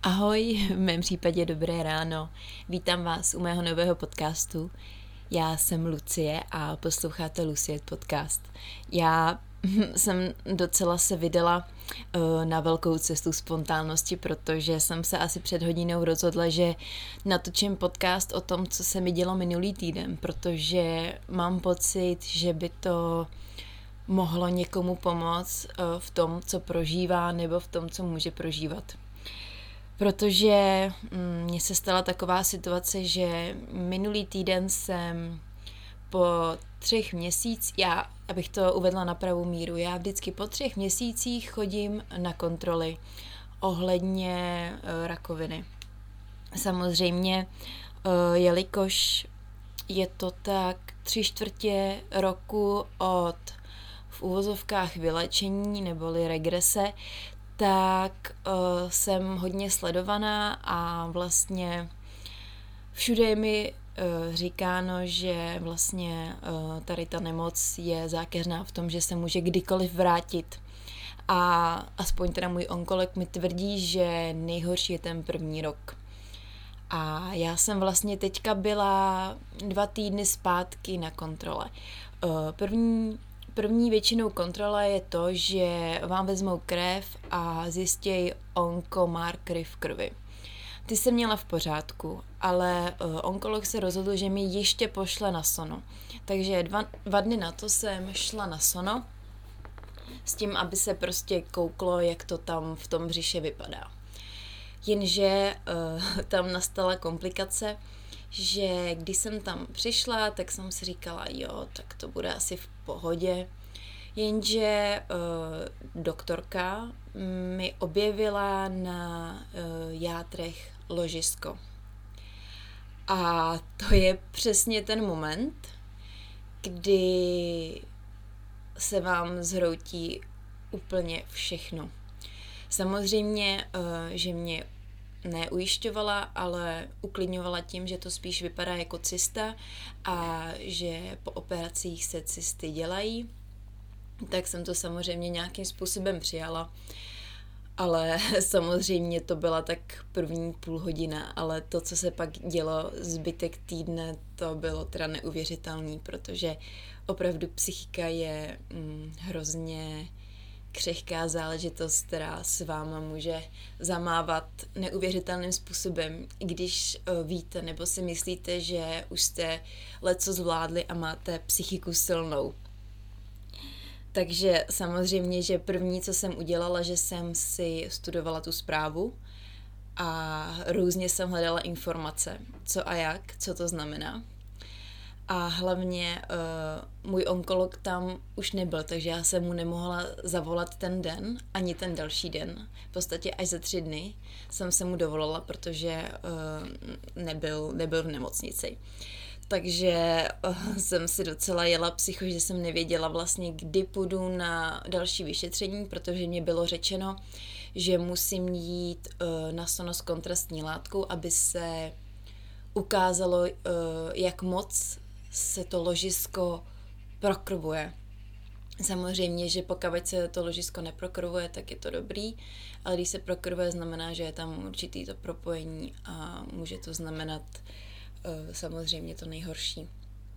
Ahoj, v mém případě dobré ráno. Vítám vás u mého nového podcastu. Já jsem Lucie a posloucháte Lucie podcast. Já jsem docela se vydala na velkou cestu spontánnosti, protože jsem se asi před hodinou rozhodla, že natočím podcast o tom, co se mi dělo minulý týden, protože mám pocit, že by to mohlo někomu pomoct v tom, co prožívá, nebo v tom, co může prožívat. Protože mně se stala taková situace, že minulý týden jsem po 3 měsících, abych to uvedla na pravou míru, já vždycky po 3 měsících chodím na kontroly ohledně rakoviny. Samozřejmě, jelikož je to tak 3/4 roku od v uvozovkách vylečení neboli regrese, tak jsem hodně sledovaná a vlastně všude je mi říkáno, že vlastně tady ta nemoc je zákeřná v tom, že se může kdykoliv vrátit. A aspoň teda můj onkolog mi tvrdí, že nejhorší je ten první rok. A já jsem vlastně teďka byla 2 týdny zpátky na kontrole. První většinou kontrola je to, že vám vezmou krev a zjistějí onkomarkery v krvi. Ty jsem měla v pořádku, ale onkolog se rozhodl, že mi ještě pošle na sono. Takže 2 dny na to jsem šla na sono s tím, aby se prostě kouklo, jak to tam v tom břiše vypadá. Jenže tam nastala komplikace, že když jsem tam přišla, tak jsem si říkala, jo, tak to bude asi v pohodě. Jenže doktorka mi objevila na játrech ložisko. A to je přesně ten moment, kdy se vám zhroutí úplně všechno. Samozřejmě, že mě neujišťovala, ale uklidňovala tím, že to spíš vypadá jako cysta a že po operacích se cysty dělají. Tak jsem to samozřejmě nějakým způsobem přijala. Ale samozřejmě to byla tak první půl hodina, ale to, co se pak dělo zbytek týdne, to bylo teda neuvěřitelné, protože opravdu psychika je hrozně křehká záležitost, která s váma může zamávat neuvěřitelným způsobem, i když víte nebo si myslíte, že už jste leco zvládli a máte psychiku silnou. Takže samozřejmě, že první, co jsem udělala, že jsem si studovala tu zprávu a různě jsem hledala informace, co a jak, co to znamená. A hlavně můj onkolog tam už nebyl, takže já jsem mu nemohla zavolat ten den, ani ten další den. V podstatě až za 3 dny jsem se mu dovolala, protože nebyl v nemocnici. Takže jsem si docela jela psycho, že jsem nevěděla vlastně, kdy půjdu na další vyšetření, protože mě bylo řečeno, že musím jít na sono s kontrastní látkou, aby se ukázalo, jak moc se to ložisko prokrvuje. Samozřejmě, že pokud se to ložisko neprokrvuje, tak je to dobrý, ale když se prokrvuje, znamená, že je tam určitý to propojení a může to znamenat samozřejmě to nejhorší.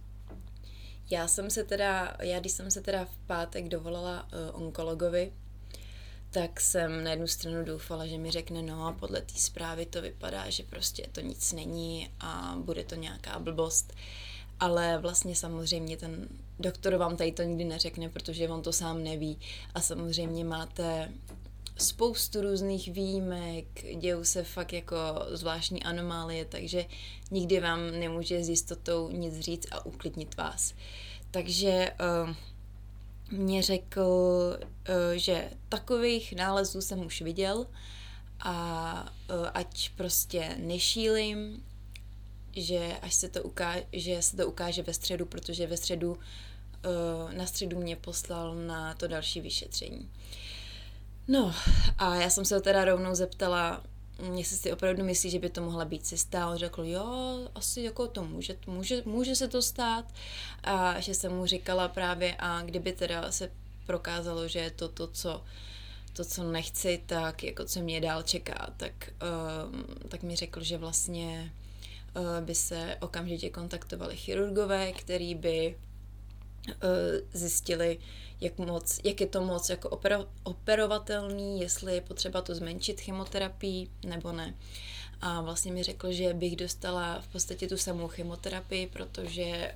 Když jsem se teda v pátek dovolala onkologovi, tak jsem na jednu stranu doufala, že mi řekne, no a podle té zprávy to vypadá, že prostě to nic není a bude to nějaká blbost. Ale vlastně samozřejmě ten doktor vám tady to nikdy neřekne, protože on to sám neví. A samozřejmě máte spoustu různých výjimek, dějou se fakt jako zvláštní anomálie, takže nikdy vám nemůže s jistotou nic říct a uklidnit vás. Takže mě řekl, že takových nálezů jsem už viděl a ať prostě nešílim, že se to ukáže ve středu, protože ve středu na středu mě poslal na to další vyšetření. No a já jsem se ho teda rovnou zeptala, jestli si opravdu myslí, že by to mohla být cysta. On řekl, jo, asi jako to může se to stát. A že jsem mu říkala právě, a kdyby teda se prokázalo, že je to, co to, co nechci, tak jako co mě dál čeká, tak mi řekl, že vlastně by se okamžitě kontaktovali chirurgové, který by zjistili, jak je to moc jako operovatelný, jestli je potřeba to zmenšit chemoterapii nebo ne. A vlastně mi řekl, že bych dostala v podstatě tu samou chemoterapii, protože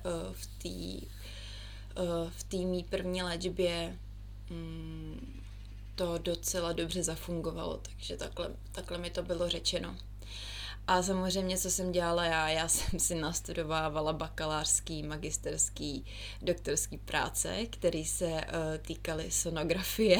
v té mý první léčbě to docela dobře zafungovalo, takže takhle mi to bylo řečeno. A samozřejmě, co jsem dělala já jsem si nastudovávala bakalářský, magisterský, doktorský práce, které se týkaly sonografie.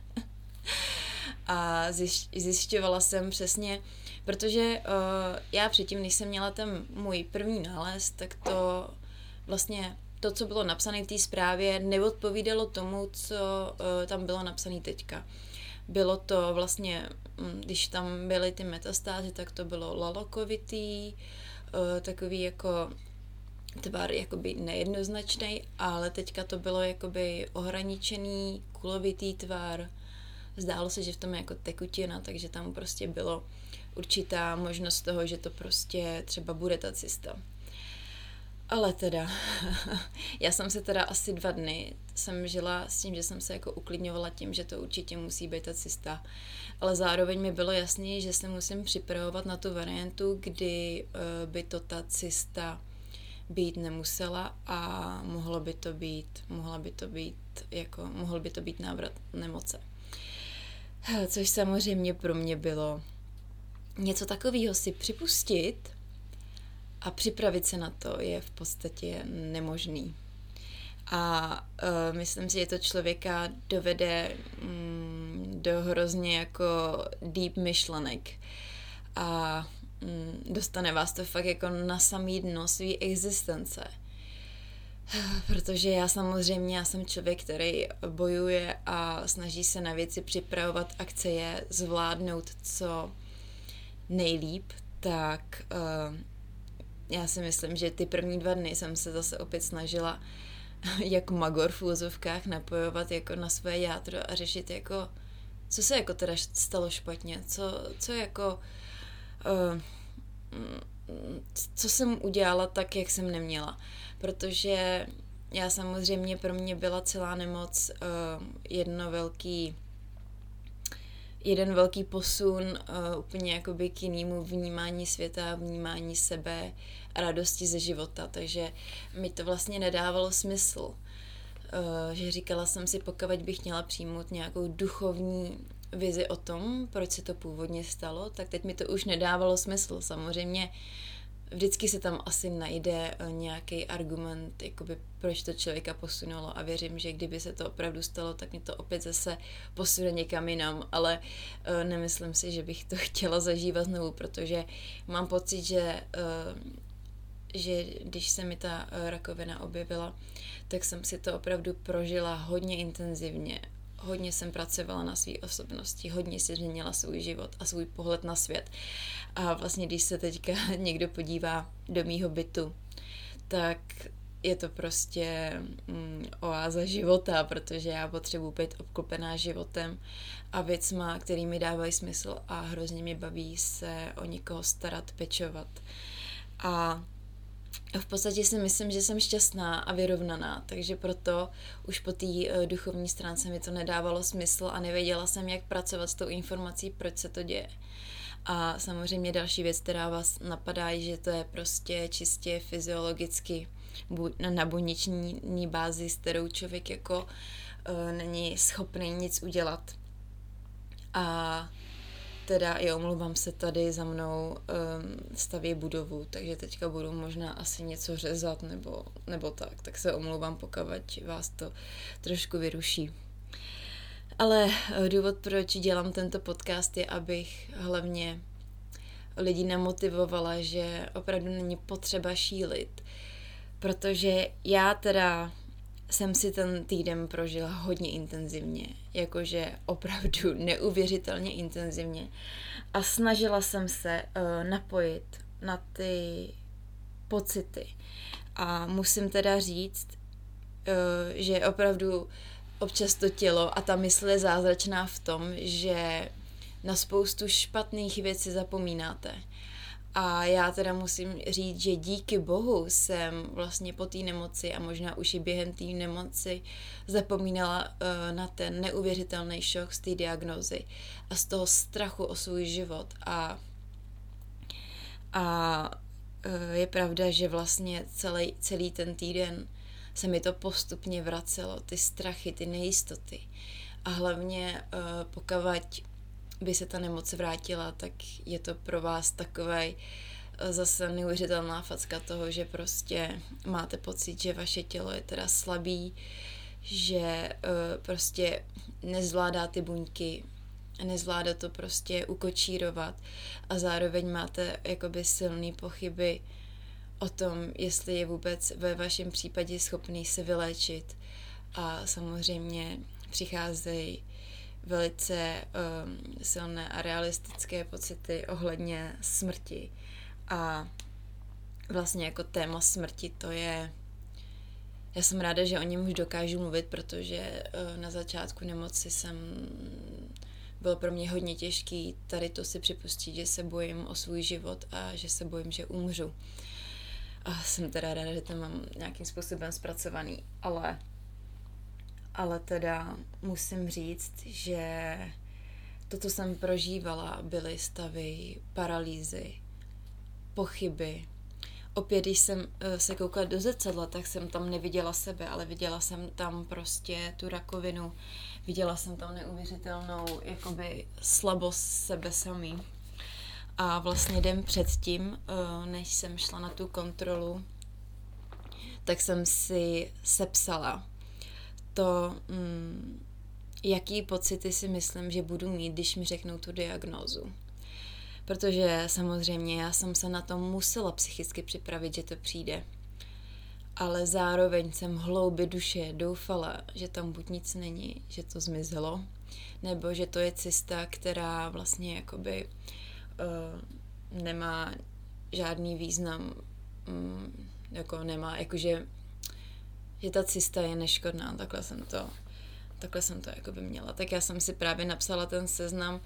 A zjišťovala jsem přesně, protože já předtím, než jsem měla ten můj první nález, tak to vlastně to, co bylo napsané v té zprávě, neodpovídalo tomu, co tam bylo napsané teďka. Bylo to vlastně, když tam byly ty metastázy, tak to bylo lalokovitý, takový jako tvar jakoby nejednoznačný, ale teďka to bylo jakoby ohraničený, kulovitý tvar. Zdálo se, že v tom je jako tekutina, takže tam prostě bylo určitá možnost toho, že to prostě třeba bude ta cysta. Ale teda, já jsem se teda asi 2 dny jsem žila s tím, že jsem se jako uklidňovala tím, že to určitě musí být ta cysta. Ale zároveň mi bylo jasné, že se musím připravovat na tu variantu, kdy by to ta cysta být nemusela a mohl by to být návrat nemoce. Což samozřejmě pro mě bylo něco takového si připustit a připravit se na to je v podstatě nemožný. A myslím si, že to člověka dovede do hrozně jako deep myšlenek a dostane vás to fakt jako na samý dno své existence. Protože já jsem člověk, který bojuje a snaží se na věci připravovat a chce je zvládnout co nejlíp, tak já si myslím, že ty první 2 dny jsem se zase opět snažila jako magor v úzovkách napojovat jako na své jádro a řešit jako, co se jako teda stalo špatně, co jako co jsem udělala tak, jak jsem neměla. Protože já samozřejmě pro mě byla celá nemoc jeden velký posun úplně jakoby k jinému vnímání světa, vnímání sebe a radosti ze života, takže mi to vlastně nedávalo smysl. Že říkala jsem si, pokud bych měla přijmout nějakou duchovní vizi o tom, proč se to původně stalo, tak teď mi to už nedávalo smysl. Samozřejmě vždycky se tam asi najde nějaký argument, jakoby proč to člověka posunulo a věřím, že kdyby se to opravdu stalo, tak mě to opět zase posune někam jinam, ale nemyslím si, že bych to chtěla zažívat znovu, protože mám pocit, že když se mi ta rakovina objevila, tak jsem si to opravdu prožila hodně intenzivně. Hodně jsem pracovala na své osobnosti, hodně si změnila svůj život a svůj pohled na svět. A vlastně, když se teďka někdo podívá do mýho bytu, tak je to prostě oáza života, protože já potřebuji být obklopená životem a věcma, který mi dávají smysl a hrozně mě baví se o někoho starat, pečovat. A v podstatě si myslím, že jsem šťastná a vyrovnaná, takže proto už po té duchovní stránce mi to nedávalo smysl a nevěděla jsem, jak pracovat s tou informací, proč se to děje. A samozřejmě další věc, která vás napadá, je, že to je prostě čistě fyziologicky na buněční bázi, s kterou člověk jako není schopný nic udělat. A teda omlouvám se, tady za mnou staví budovu, takže teďka budu možná asi něco řezat nebo tak se omlouvám, pokud vás to trošku vyruší. Ale důvod, proč dělám tento podcast, je, abych hlavně lidi nemotivovala, že opravdu není potřeba šílit, protože já teda jsem si ten týden prožila hodně intenzivně, jakože opravdu neuvěřitelně intenzivně a snažila jsem se napojit na ty pocity a musím teda říct, že opravdu občas to tělo a ta mysl je zázračná v tom, že na spoustu špatných věcí zapomínáte. A já teda musím říct, že díky bohu jsem vlastně po té nemoci a možná už i během té nemoci zapomínala na ten neuvěřitelný šok z té diagnózy a z toho strachu o svůj život. A je pravda, že vlastně celý ten týden se mi to postupně vracelo, ty strachy, ty nejistoty. A hlavně pokud by se ta nemoc vrátila, tak je to pro vás takovej zase neuvěřitelná facka toho, že prostě máte pocit, že vaše tělo je teda slabý, že prostě nezvládá ty buňky, nezvládá to prostě ukočírovat a zároveň máte jakoby silný pochyby o tom, jestli je vůbec ve vašem případě schopný se vyléčit. A samozřejmě přicházejí velice silné a realistické pocity ohledně smrti. A vlastně jako téma smrti to je... Já jsem ráda, že o něm už dokážu mluvit, protože na začátku nemoci bylo pro mě hodně těžký tady to si připustit, že se bojím o svůj život a že se bojím, že umřu. A jsem teda ráda, že to mám nějakým způsobem zpracovaný, ale teda musím říct, že to, co jsem prožívala, byly stavy paralýzy, pochyby. Opět, když jsem se koukala do zrcadla, tak jsem tam neviděla sebe, ale viděla jsem tam prostě tu rakovinu, viděla jsem tam neuvěřitelnou jakoby slabost sebe samý. A vlastně den předtím, než jsem šla na tu kontrolu, tak jsem si sepsala to, jaký pocity si myslím, že budu mít, když mi řeknou tu diagnózu. Protože samozřejmě já jsem se na to musela psychicky připravit, že to přijde. Ale zároveň jsem hloubi duše doufala, že tam buď nic není, že to zmizelo, nebo že to je cysta, která vlastně jakoby nemá žádný význam, jako nemá, jakože že ta cysta je neškodná, takhle jsem to jakoby měla. Tak já jsem si právě napsala ten seznam,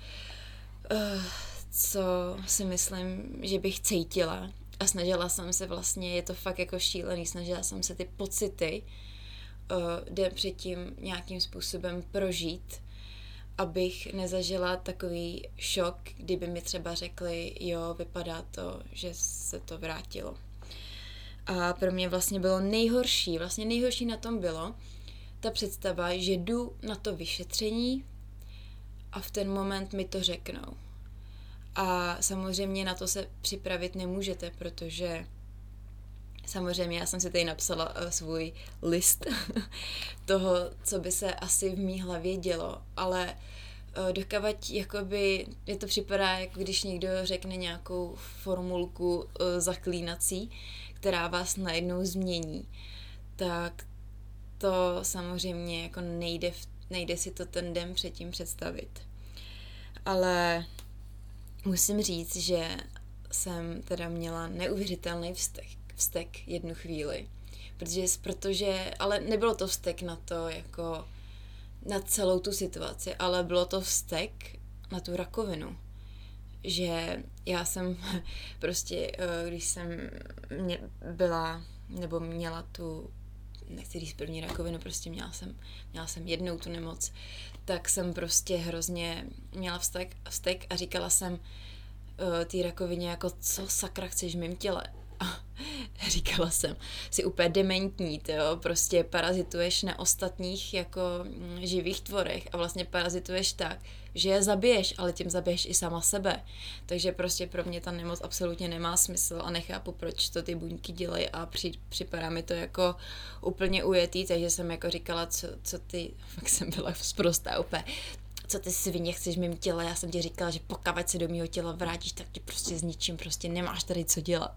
co si myslím, že bych cítila a snažila jsem se vlastně, je to fakt jako šílený, snažila jsem se ty pocity den předtím nějakým způsobem prožít, abych nezažila takový šok, kdyby mi třeba řekli, jo, vypadá to, že se to vrátilo. A pro mě vlastně bylo nejhorší na tom bylo ta představa, že jdu na to vyšetření a v ten moment mi to řeknou. A samozřejmě na to se připravit nemůžete, protože samozřejmě já jsem si tady napsala svůj list toho, co by se asi v mý hlavě dělo, ale dokavať jakoby, je to připadá, jako když někdo řekne nějakou formulku zaklínací, která vás najednou změní, tak to samozřejmě jako nejde si to ten den předtím představit. Ale musím říct, že jsem teda měla neuvěřitelný vztek jednu chvíli, protože, ale nebylo to vztek na to, jako na celou tu situaci, ale bylo to vztek na tu rakovinu. Že já jsem prostě, když jsem měla tu, nechci říct první rakovinu, prostě měla jsem jednou tu nemoc, tak jsem prostě hrozně měla vztek a říkala jsem té rakovině, jako co sakra chceš v mém těle. A říkala jsem, jsi úplně dementní, tyjo, prostě parazituješ na ostatních jako živých tvorech a vlastně parazituješ tak, že je zabiješ, ale tím zabiješ i sama sebe. Takže prostě pro mě ta nemoc absolutně nemá smysl a nechápu, proč to ty buňky dělají a připadá mi to jako úplně ujetý, takže jsem jako říkala, co ty, fakt jsem byla sprostá úplně, co ty svině chceš v mém těle, já jsem ti říkala, že pokud se do mého těla vrátíš, tak ti prostě zničím, prostě nemáš tady co dělat.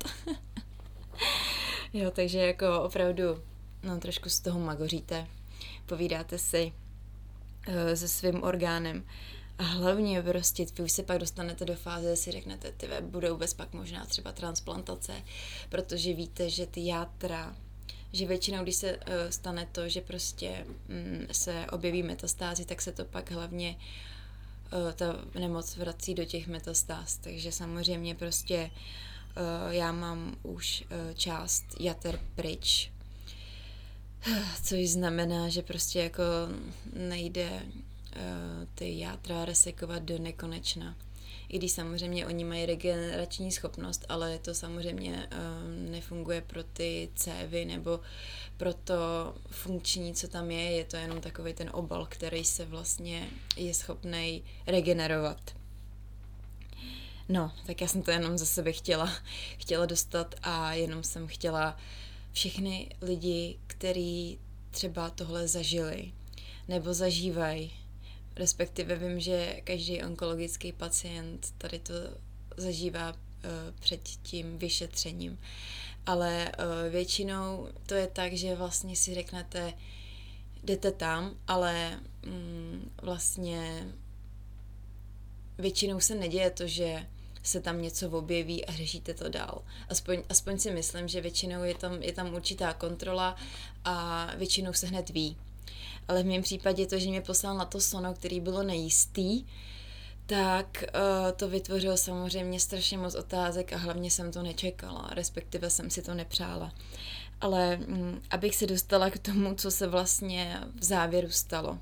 Jo, takže jako opravdu, no trošku z toho magoříte, povídáte si se svým orgánem a hlavně prostě vy už se pak dostanete do fáze, že si řeknete, budou vůbec pak možná třeba transplantace, protože víte, že ty játra že většinou, když se stane to, že prostě se objeví metastázy, tak se to pak hlavně ta nemoc vrací do těch metastáz. Takže samozřejmě prostě já mám už část jater pryč, což znamená, že prostě jako nejde ty játra resekovat do nekonečna. I když samozřejmě oni mají regenerační schopnost, ale to samozřejmě nefunguje pro ty cévy nebo pro to funkční, co tam je to jenom takový ten obal, který se vlastně je schopnej regenerovat. No, tak já jsem to jenom za sebe chtěla dostat a jenom jsem chtěla všechny lidi, kteří třeba tohle zažili nebo zažívají, respektive vím, že každý onkologický pacient tady to zažívá před tím vyšetřením. Ale většinou to je tak, že vlastně si řeknete, jdete tam, ale vlastně většinou se neděje to, že se tam něco objeví a řešíte to dál. Aspoň si myslím, že většinou je tam určitá kontrola a většinou se hned ví. Ale v mém případě to, že mě poslal na to sono, který bylo nejistý, tak to vytvořilo samozřejmě strašně moc otázek a hlavně jsem to nečekala, respektive jsem si to nepřála. Ale abych se dostala k tomu, co se vlastně v závěru stalo.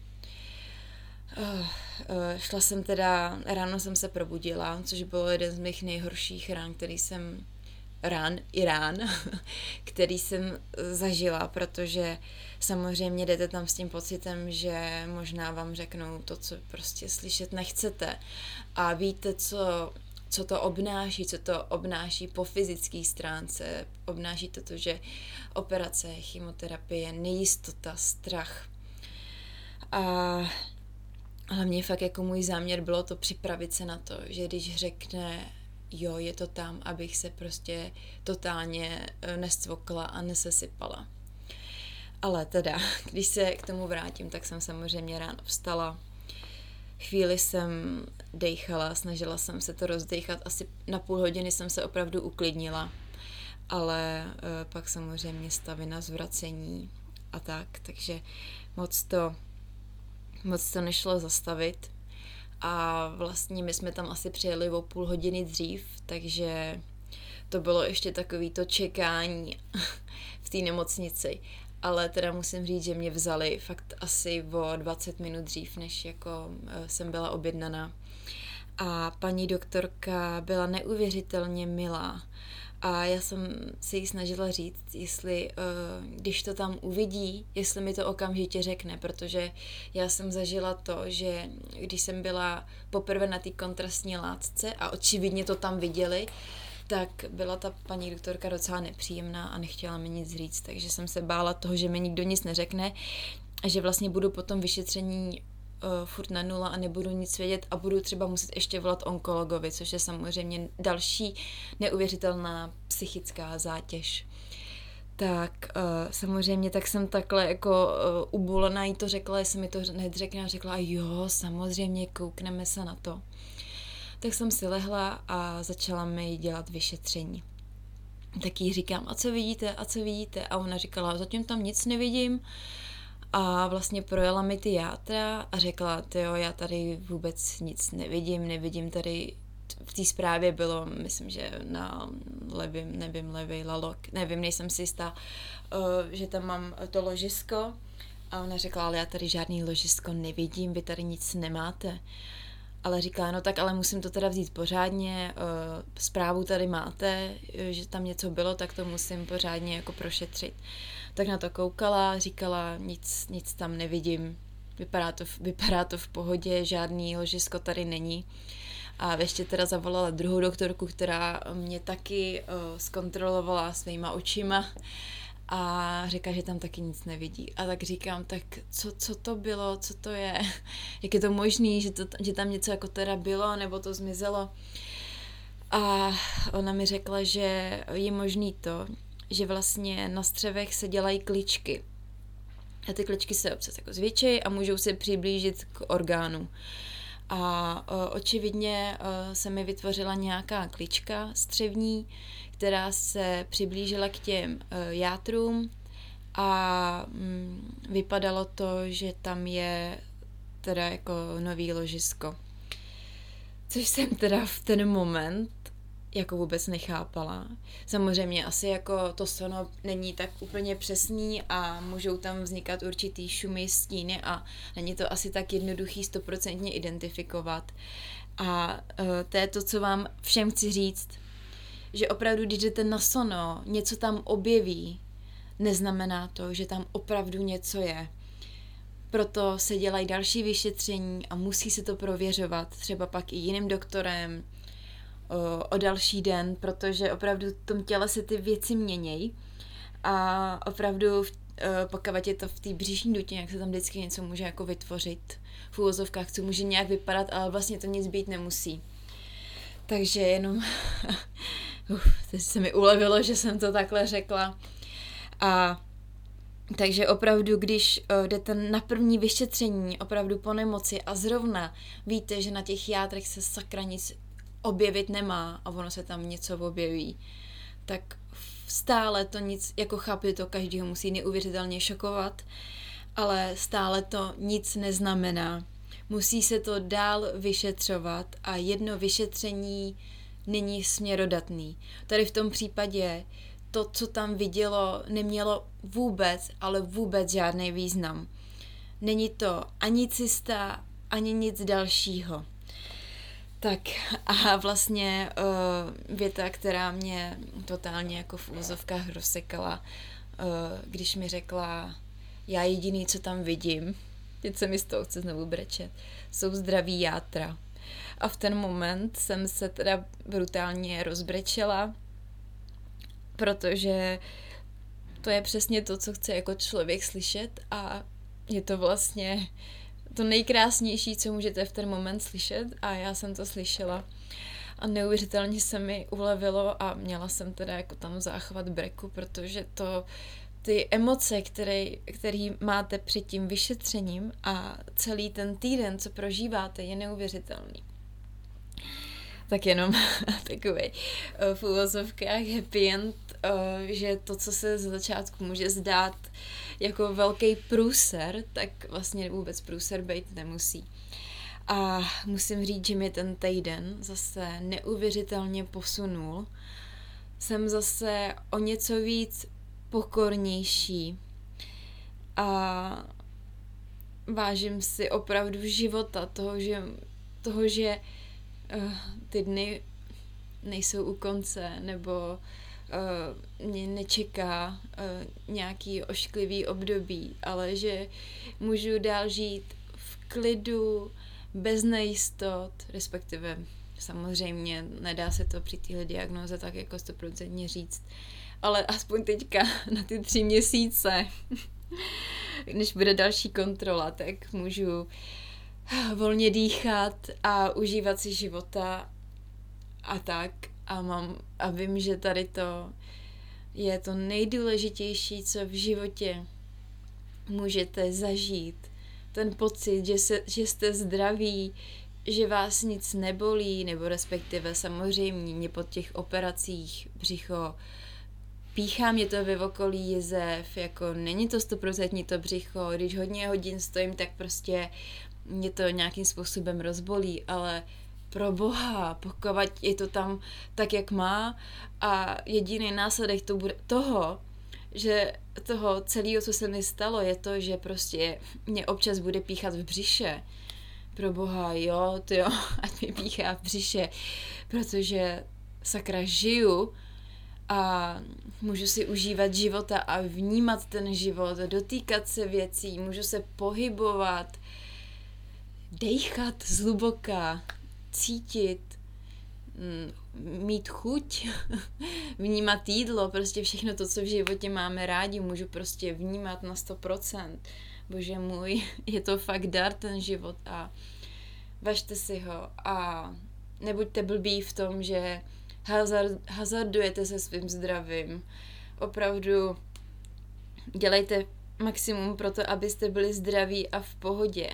Ráno jsem se probudila, což bylo jeden z mých nejhorších který jsem zažila, protože samozřejmě jdete tam s tím pocitem, že možná vám řeknou to, co prostě slyšet nechcete a víte, co to obnáší po fyzické stránce, obnáší to, že operace, chemoterapie, nejistota, strach. A hlavně fakt jako můj záměr bylo to připravit se na to, že když řekne jo, je to tam, abych se prostě totálně nestvokla a nesesypala. Ale teda, když se k tomu vrátím, tak jsem samozřejmě ráno vstala. Chvíli jsem dejchala, snažila jsem se to rozdejchat, asi na půl hodiny jsem se opravdu uklidnila, ale pak samozřejmě stavy na zvracení a tak, takže moc to nešlo zastavit. A vlastně my jsme tam asi přijeli o půl hodiny dřív, takže to bylo ještě takový to čekání v té nemocnici. Ale teda musím říct, že mě vzali fakt asi o 20 minut dřív, než jako jsem byla objednaná. A paní doktorka byla neuvěřitelně milá. A já jsem se jí snažila říct, jestli, když to tam uvidí, jestli mi to okamžitě řekne, protože já jsem zažila to, že když jsem byla poprvé na té kontrastní látce a očividně to tam viděli, tak byla ta paní doktorka docela nepříjemná a nechtěla mi nic říct, takže jsem se bála toho, že mi nikdo nic neřekne a že vlastně budu po tom vyšetření furt na nula a nebudu nic vědět a budu třeba muset ještě volat onkologovi, což je samozřejmě další neuvěřitelná psychická zátěž. Tak samozřejmě tak jsem takhle jako ubolená jí to řekla, jestli mi to hned řekla a řekla jo, samozřejmě koukneme se na to. Tak jsem si lehla a začala mi dělat vyšetření. Tak jí říkám, a co vidíte? A ona říkala, zatím tam nic nevidím. A vlastně projela mi ty játra a řekla, tyjo, já tady vůbec nic nevidím tady, v té zprávě bylo, myslím, že na levý lalok, nejsem si jistá, že tam mám to ložisko. A ona řekla, ale já tady žádný ložisko nevidím, vy tady nic nemáte. Ale říká, no tak ale musím to teda vzít pořádně, zprávu tady máte, že tam něco bylo, tak to musím pořádně jako prošetřit. Tak na to koukala, říkala, nic tam nevidím, vypadá to v pohodě, žádný ložisko tady není. A ještě teda zavolala druhou doktorku, která mě taky zkontrolovala svýma očima a říká, že tam taky nic nevidí. A tak říkám, tak co to bylo, co to je, jak je to možný, že tam něco jako teda bylo, nebo to zmizelo. A ona mi řekla, že je možný to, že vlastně na střevech se dělají kličky. A ty kličky se občas jako zvětšejí a můžou se přiblížit k orgánu. A očividně se mi vytvořila nějaká klička střevní, která se přiblížila k těm játrům a vypadalo to, že tam je teda jako nový ložisko. Což jsem teda v ten moment jako vůbec nechápala. Samozřejmě asi jako to sono není tak úplně přesný a můžou tam vznikat určitý šumy, stíny a není to asi tak jednoduchý 100% identifikovat. A to je to, co vám všem chci říct, že opravdu, když jdete na sono, něco tam objeví, neznamená to, že tam opravdu něco je. Proto se dělají další vyšetření a musí se to prověřovat, třeba pak i jiným doktorem, o další den, protože opravdu v tom těle se ty věci měnějí a opravdu pokud je to v té břišní dutině, jak se tam vždycky něco může jako vytvořit v úvozovkách, co může nějak vypadat, ale vlastně to nic být nemusí. Takže jenom teď se mi ulevilo, že jsem to takhle řekla. A takže opravdu, když jdete na první vyšetření, opravdu po nemoci a zrovna víte, že na těch játrech se sakra nic objevit nemá a ono se tam něco objeví, tak stále to nic, jako chápu, to každýho musí neuvěřitelně šokovat, ale stále to nic neznamená. Musí se to dál vyšetřovat a jedno vyšetření není směrodatný. Tady v tom případě to, co tam vidělo, nemělo vůbec, ale vůbec žádný význam. Není to ani cysta, ani nic dalšího. Tak a vlastně věta, která mě totálně jako v úvozovkách rozsekala, když mi řekla, já jediný, co tam vidím, teď se mi z toho chce znovu brečet, jsou zdraví játra. A v ten moment jsem se teda brutálně rozbrečela, protože to je přesně to, co chce jako člověk slyšet a je to vlastně to nejkrásnější, co můžete v ten moment slyšet a já jsem to slyšela a neuvěřitelně se mi ulevilo a měla jsem teda jako tam záchvat breku, protože ty emoce, který máte před tím vyšetřením a celý ten týden, co prožíváte, je neuvěřitelný. Tak jenom takový v úvozovkách happy end, že to, co se z začátku může zdát jako velký průser, tak vlastně vůbec průser být nemusí. A musím říct, že mi ten týden zase neuvěřitelně posunul. Jsem zase o něco víc pokornější a vážím si opravdu života, toho, že ty dny nejsou u konce, nebo mě nečeká nějaký ošklivý období, ale že můžu dál žít v klidu, bez nejistot, respektive samozřejmě nedá se to při téhle diagnoze tak jako 100% říct, ale aspoň teďka na ty 3 měsíce, než bude další kontrola, tak můžu volně dýchat a užívat si života a tak. A vím, že tady to je to nejdůležitější, co v životě můžete zažít. Ten pocit, že jste zdraví, že vás nic nebolí, nebo respektive samozřejmě mě po těch operacích břicho píchá mě to ve okolí jizev, jako není to 100% to břicho, když hodně hodin stojím, tak prostě mě to nějakým způsobem rozbolí, ale pro boha, pokud je to tam tak, jak má a jediný následek že toho celého, co se mi stalo, je to, že prostě mě občas bude píchat v břiše. Pro boha, jo, ať mi píchá v břiše, protože sakra žiju a můžu si užívat života a vnímat ten život, dotýkat se věcí, můžu se pohybovat, dejchat zhluboka, cítit, mít chuť, vnímat jídlo, prostě všechno to, co v životě máme rádi, můžu prostě vnímat na 100%. Bože můj, je to fakt dar ten život a važte si ho a nebuďte blbí v tom, že hazardujete se svým zdravím. Opravdu dělejte maximum pro to, abyste byli zdraví a v pohodě.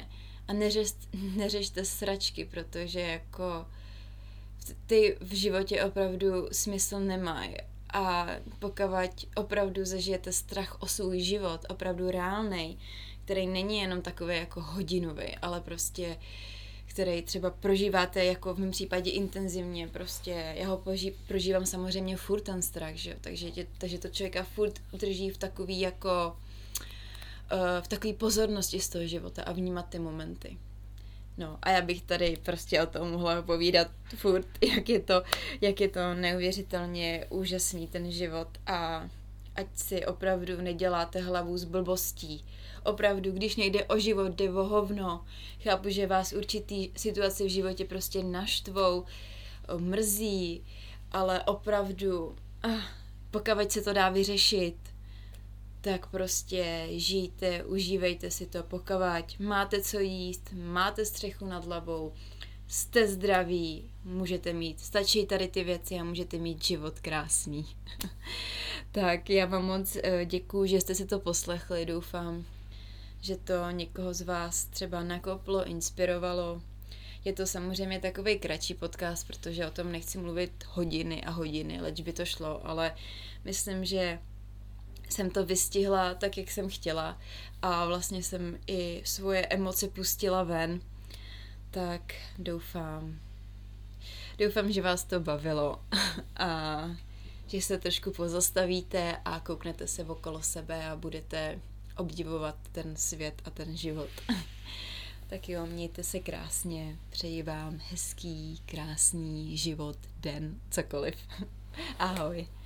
a neřešte sračky, protože jako ty v životě opravdu smysl nemají. A pokud opravdu zažijete strach o svůj život, opravdu reálnej, který není jenom takový jako hodinový, ale prostě který třeba prožíváte jako v mém případě intenzivně, prostě já ho prožívám samozřejmě furt ten strach, že jo? Takže to člověka furt udrží v takový jako v takové pozornosti z toho života a vnímat ty momenty. No a já bych tady prostě o tom mohla povídat furt, jak je to neuvěřitelně úžasný ten život a ať si opravdu neděláte hlavu z blbostí. Opravdu, když nejde o život, jde o hovno. Chápu, že vás určitý situace v životě prostě naštvou, mrzí, ale opravdu, pokud se to dá vyřešit, tak prostě žijte, užívejte si to, pokud máte co jíst, máte střechu nad hlavou, jste zdraví, můžete mít, stačí tady ty věci a můžete mít život krásný. Tak já vám moc děkuju, že jste si to poslechli, doufám, že to někoho z vás třeba nakoplo, inspirovalo. Je to samozřejmě takovej kratší podcast, protože o tom nechci mluvit hodiny a hodiny, leč by to šlo, ale myslím, že jsem to vystihla tak, jak jsem chtěla a vlastně jsem i svoje emoce pustila ven, tak doufám, že vás to bavilo a že se trošku pozastavíte a kouknete se okolo sebe a budete obdivovat ten svět a ten život. Tak jo, mějte se krásně, přeji vám hezký, krásný život, den, cokoliv. Ahoj.